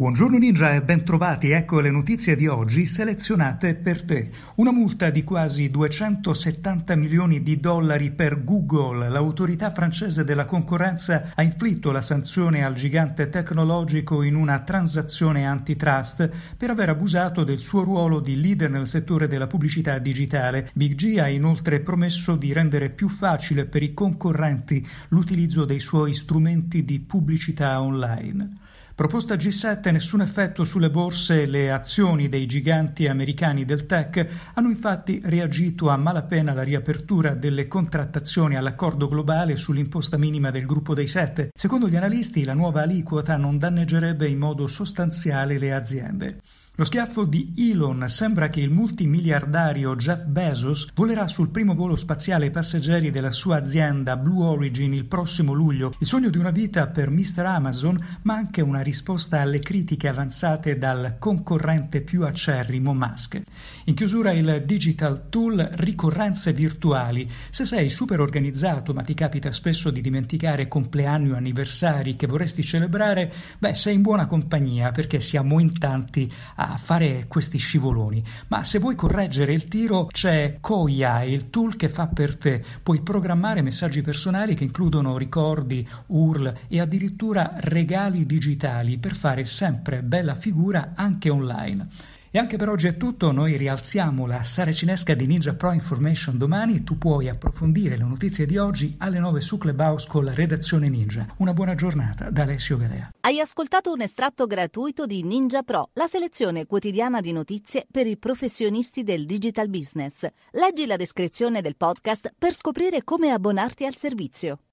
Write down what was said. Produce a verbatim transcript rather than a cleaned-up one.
Buongiorno Ninja e bentrovati, ecco le notizie di oggi selezionate per te. Una multa di quasi duecentosettanta milioni di dollari per Google. L'autorità francese della concorrenza ha inflitto la sanzione al gigante tecnologico in una transazione antitrust per aver abusato del suo ruolo di leader nel settore della pubblicità digitale. Big G ha inoltre promesso di rendere più facile per i concorrenti l'utilizzo dei suoi strumenti di pubblicità online. Proposta G sette, nessun effetto sulle borse. Le azioni dei giganti americani del tech hanno infatti reagito a malapena alla riapertura delle contrattazioni all'accordo globale sull'imposta minima del gruppo dei sette. Secondo gli analisti, la nuova aliquota non danneggerebbe in modo sostanziale le aziende. Lo schiaffo di Elon: sembra che il multimiliardario Jeff Bezos volerà sul primo volo spaziale passeggeri della sua azienda Blue Origin il prossimo luglio. Il sogno di una vita per mister Amazon, ma anche una risposta alle critiche avanzate dal concorrente più acerrimo Musk. In chiusura il digital tool ricorrenze virtuali. Se sei super organizzato ma ti capita spesso di dimenticare compleanni o anniversari che vorresti celebrare, beh, sei in buona compagnia perché siamo in tanti a fare questi scivoloni. Ma se vuoi correggere il tiro, c'è Koya, il tool che fa per te. Puoi programmare messaggi personali che includono ricordi, U R L e addirittura regali digitali per fare sempre bella figura anche online. E anche per oggi è tutto. Noi rialziamo la saracinesca di Ninja Pro Information domani. Tu puoi approfondire le notizie di oggi alle nove su Clubhouse con la redazione Ninja. Una buona giornata da Alessio Galea. Hai ascoltato un estratto gratuito di Ninja Pro, la selezione quotidiana di notizie per i professionisti del digital business. Leggi la descrizione del podcast per scoprire come abbonarti al servizio.